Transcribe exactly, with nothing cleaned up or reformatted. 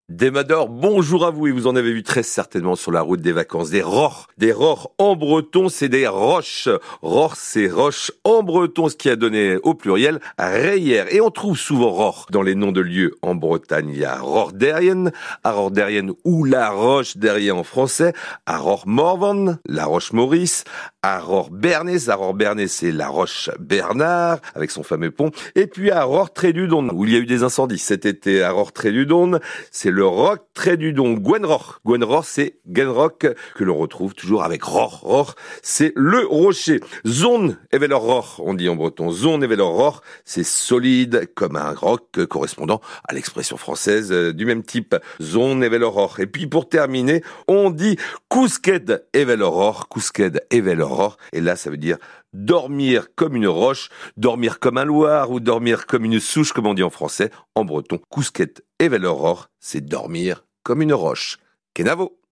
Demador, bonjour à vous, et vous en avez vu très certainement sur la route des vacances, des rors. Des rors en breton, c'est des roches. Rors, c'est roches en breton, ce qui a donné au pluriel rayère. Et on trouve souvent rors dans les noms de lieux en Bretagne. Il y a Rorderrien, à Rorderrien ou la roche derrière en français, à Rormorvan, la roche Maurice, à Rorbernès, à Rorbernès c'est la roche Bernard, avec son fameux pont, et puis à Rortrédudon, où il y a eu des incendies cet été. À Rortrédudon, c'est le roc Trédudon, Gwenror. Gwenror, c'est Genrock, que l'on retrouve toujours avec Ror. Ror, c'est le rocher. Zone Evelor Ror, on dit en breton. Zone Evelor Ror, c'est solide comme un roc, correspondant à l'expression française du même type. Zone Evelor Ror. Et puis pour terminer, on dit Koussked Evelor Ror, Koussked Evelor Ror. Et là, ça veut dire dormir comme une roche, dormir comme un loir ou dormir comme une souche, comme on dit en français. En breton, Koussked Evelor Ror, c'est dormir comme une roche. Kenavo!